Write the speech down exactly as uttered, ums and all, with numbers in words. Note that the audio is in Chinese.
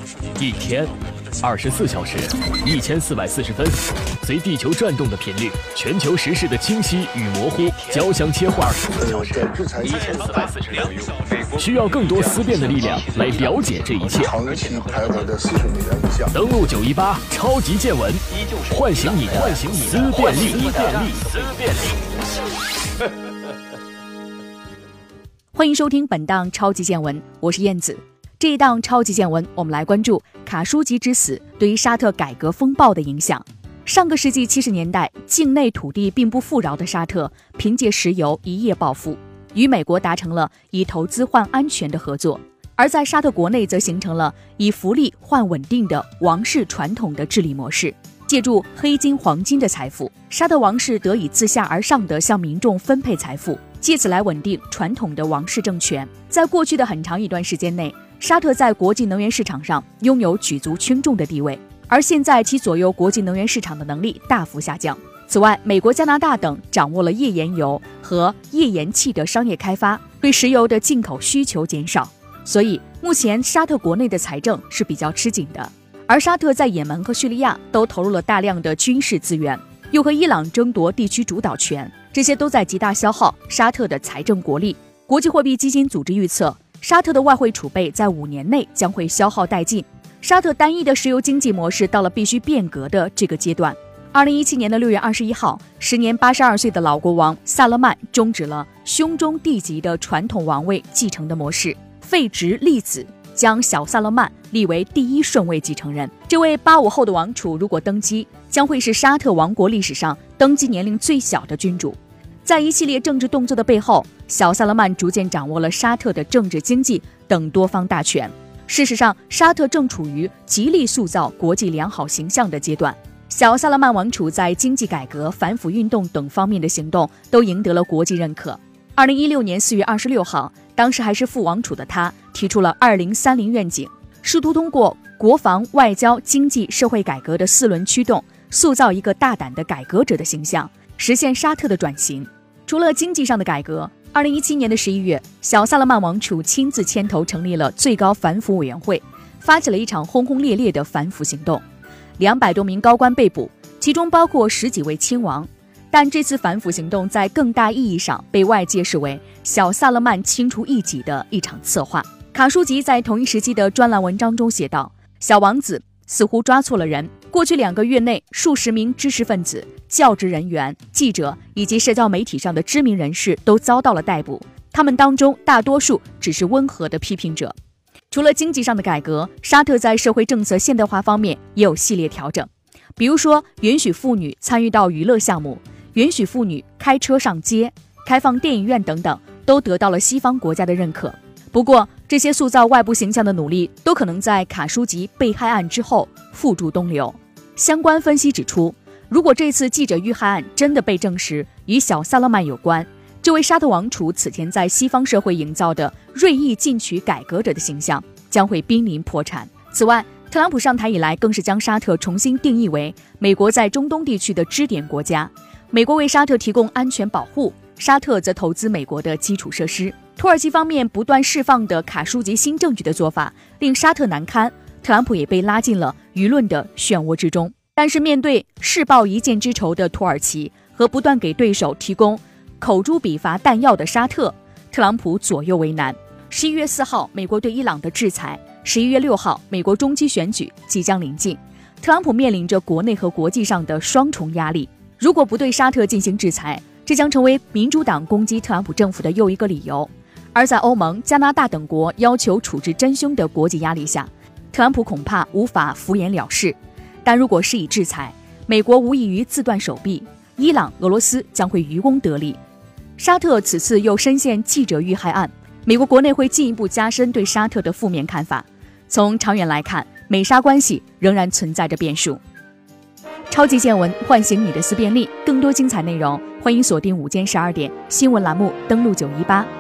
一天二十四小时一千四百四十分，随地球转动的频率，全球时事的清晰与模糊交相切换。一千四百四十六需要更多思辨的力量来了解这一切。登录九一八超级见闻，唤醒你的思辨力。思辨力。 欢迎收听本档超级见闻，我是燕子。这一档超级见闻，我们来关注卡舒吉之死对于沙特改革风暴的影响。上个世纪七十年代，境内土地并不富饶的沙特，凭借石油一夜暴富，与美国达成了以投资换安全的合作。而在沙特国内，则形成了以福利换稳定的王室传统的治理模式。借助黑金黄金的财富，沙特王室得以自下而上地向民众分配财富，借此来稳定传统的王室政权。在过去的很长一段时间内，沙特在国际能源市场上拥有举足轻重的地位，而现在其左右国际能源市场的能力大幅下降。此外，美国、加拿大等掌握了页岩油和页岩气的商业开发，对石油的进口需求减少，所以目前沙特国内的财政是比较吃紧的。而沙特在也门和叙利亚都投入了大量的军事资源，又和伊朗争夺地区主导权，这些都在极大消耗沙特的财政国力。国际货币基金组织预测，沙特的外汇储备在五年内将会消耗殆尽。沙特单一的石油经济模式到了必须变革的这个阶段。二零一七年的六月二十一号，时年八十二岁的老国王萨勒曼终止了兄终弟及的传统王位继承的模式，废直立子，将小萨勒曼立为第一顺位继承人。这位八五后的王储如果登基，将会是沙特王国历史上登基年龄最小的君主。在一系列政治动作的背后，小萨勒曼逐渐掌握了沙特的政治、经济等多方大权。事实上，沙特正处于极力塑造国际良好形象的阶段。小萨勒曼王储在经济改革、反腐运动等方面的行动都赢得了国际认可。二零一六年四月二十六号，当时还是副王储的他提出了二零三零愿景，试图通过国防、外交、经济、社会改革的四轮驱动，塑造一个大胆的改革者的形象，实现沙特的转型。除了经济上的改革，二零一七年的十一月，小萨勒曼王储亲自牵头成立了最高反腐委员会，发起了一场轰轰烈烈的反腐行动。两百多名高官被捕，其中包括十几位亲王。但这次反腐行动在更大意义上被外界视为小萨勒曼清除异己的一场策划。卡舒吉在同一时期的专栏文章中写道，小王子似乎抓错了人。过去两个月内，数十名知识分子、教职人员、记者以及社交媒体上的知名人士都遭到了逮捕，他们当中大多数只是温和的批评者。除了经济上的改革，沙特在社会政策现代化方面也有系列调整，比如说允许妇女参与到娱乐项目，允许妇女开车上街，开放电影院等等，都得到了西方国家的认可。不过，这些塑造外部形象的努力都可能在卡舒吉被害案之后付诸东流。相关分析指出，如果这次记者遇害案真的被证实与小萨勒曼有关，这位沙特王储此前在西方社会营造的锐意进取改革者的形象将会濒临破产。此外，特朗普上台以来更是将沙特重新定义为美国在中东地区的支点国家，美国为沙特提供安全保护，沙特则投资美国的基础设施。土耳其方面不断释放的卡舒吉新政局的做法令沙特难堪，特朗普也被拉进了舆论的漩涡之中。但是面对誓报一箭之仇的土耳其和不断给对手提供口诛笔伐弹药的沙特，特朗普左右为难。十一月四号，美国对伊朗的制裁；十一月六号，美国中期选举即将临近，特朗普面临着国内和国际上的双重压力。如果不对沙特进行制裁，这将成为民主党攻击特朗普政府的又一个理由。而在欧盟、加拿大等国要求处置真凶的国际压力下，特朗普恐怕无法敷衍了事。但如果施以制裁，美国无异于自断手臂，伊朗、俄罗斯将会渔翁得利。沙特此次又深陷记者遇害案，美国国内会进一步加深对沙特的负面看法。从长远来看，美沙关系仍然存在着变数。超级见闻唤醒你的思辨力，更多精彩内容，欢迎锁定午间十二点新闻栏目，登录九一八。